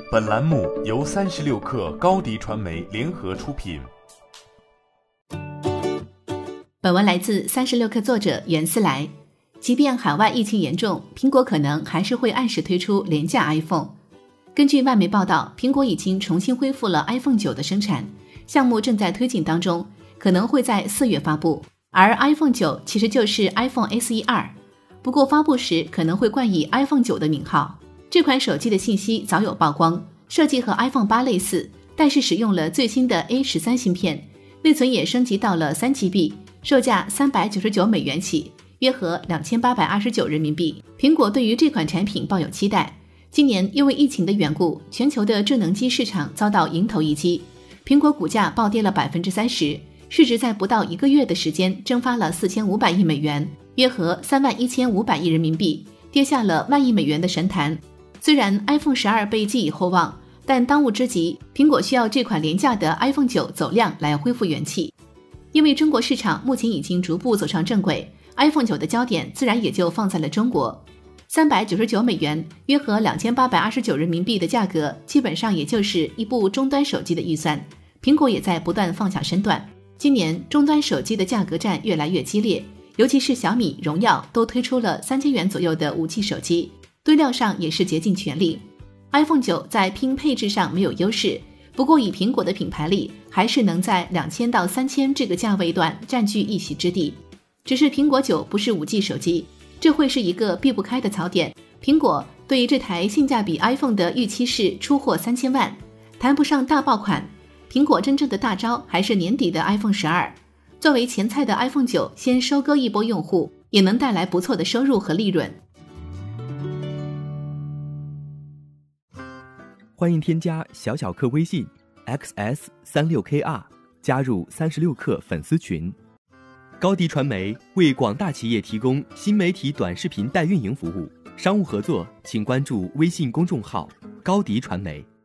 本栏目由36氪高迪传媒联合出品。 本文来自36氪作者袁思来。即便海外疫情严重，苹果可能还是会按时推出廉价 iPhone。根据外媒报道，苹果已经重新恢复了 iPhone 9的生产，项目正在推进当中，可能会在4月发布。而 iPhone 9其实就是 iPhone SE 2，不过发布时可能会冠以 iPhone 9的名号。这款手机的信息早有曝光，设计和 iPhone 8类似，但是使用了最新的 A13 芯片，内存也升级到了 3GB， 售价399美元起，约合2829人民币。苹果对于这款产品抱有期待。今年因为疫情的缘故，全球的智能机市场遭到迎头一击，苹果股价暴跌了 30%， 市值在不到1个月的时间蒸发了4500亿美元，约合31500亿人民币，跌下了10000亿美元的神坛。虽然 iPhone 12被寄以厚望，但当务之急，苹果需要这款廉价的 iPhone 9走量来恢复元气。因为中国市场目前已经逐步走上正轨， iPhone 9的焦点自然也就放在了中国。399美元，约合2829人民币的价格，基本上也就是一部终端手机的预算。苹果也在不断放下身段。今年终端手机的价格战越来越激烈，尤其是小米、荣耀都推出了3000元左右的5G 手机，堆料上也是竭尽全力。iPhone 9在拼配置上没有优势，不过以苹果的品牌力，还是能在2000到3000这个价位段占据一席之地。只是苹果9不是5G 手机，这会是一个避不开的槽点。苹果对于这台性价比 iPhone 的预期是出货3000万，谈不上大爆款。苹果真正的大招还是年底的 iPhone 12。作为前菜的 iPhone 9先收割一波用户，也能带来不错的收入和利润。 欢迎添加小小客微信 XS36KR 加入36氪粉丝群。高迪传媒为广大企业提供新媒体短视频代运营服务，商务合作请关注微信公众号高迪传媒。